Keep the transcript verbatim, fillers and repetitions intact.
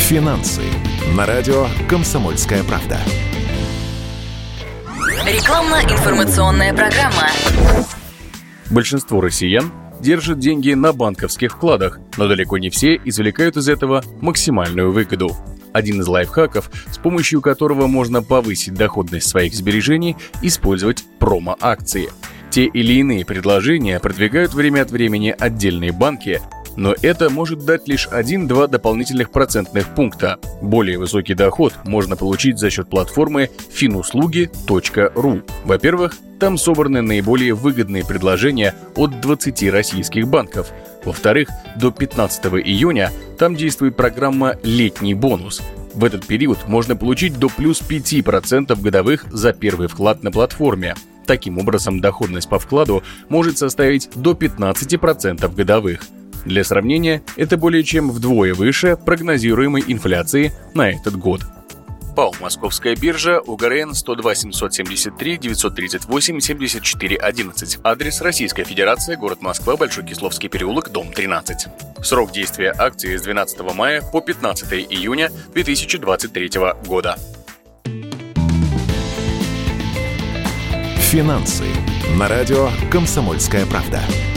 Финансы на радио «Комсомольская правда». Рекламно-информационная программа. Большинство россиян держат деньги на банковских вкладах, но далеко не все извлекают из этого максимальную выгоду. Один из лайфхаков, с помощью которого можно повысить доходность своих сбережений, использовать промо-акции. Те или иные предложения продвигают время от времени отдельные банки, но это может дать лишь один-два дополнительных процентных пункта. Более высокий доход можно получить за счет платформы финуслуги точка ру. Во-первых, там собраны наиболее выгодные предложения от двадцати российских банков. Во-вторых, до пятнадцатого июня там действует программа «Летний бонус». В этот период можно получить до плюс пяти процентов годовых за первый вклад на платформе. Таким образом, доходность по вкладу может составить до пятнадцати процентов годовых. Для сравнения, это более чем вдвое выше прогнозируемой инфляции на этот год. ПАО «Московская биржа», УГРН сто два семьсот семьдесят три девятьсот тридцать восемь семьдесят четыре одиннадцать. Адрес: Российская Федерация, город Москва, Большой Кисловский переулок, дом тринадцать. Срок действия акции с двенадцатого мая по пятнадцатого июня две тысячи двадцать третьего года. Финансы на радио «Комсомольская правда».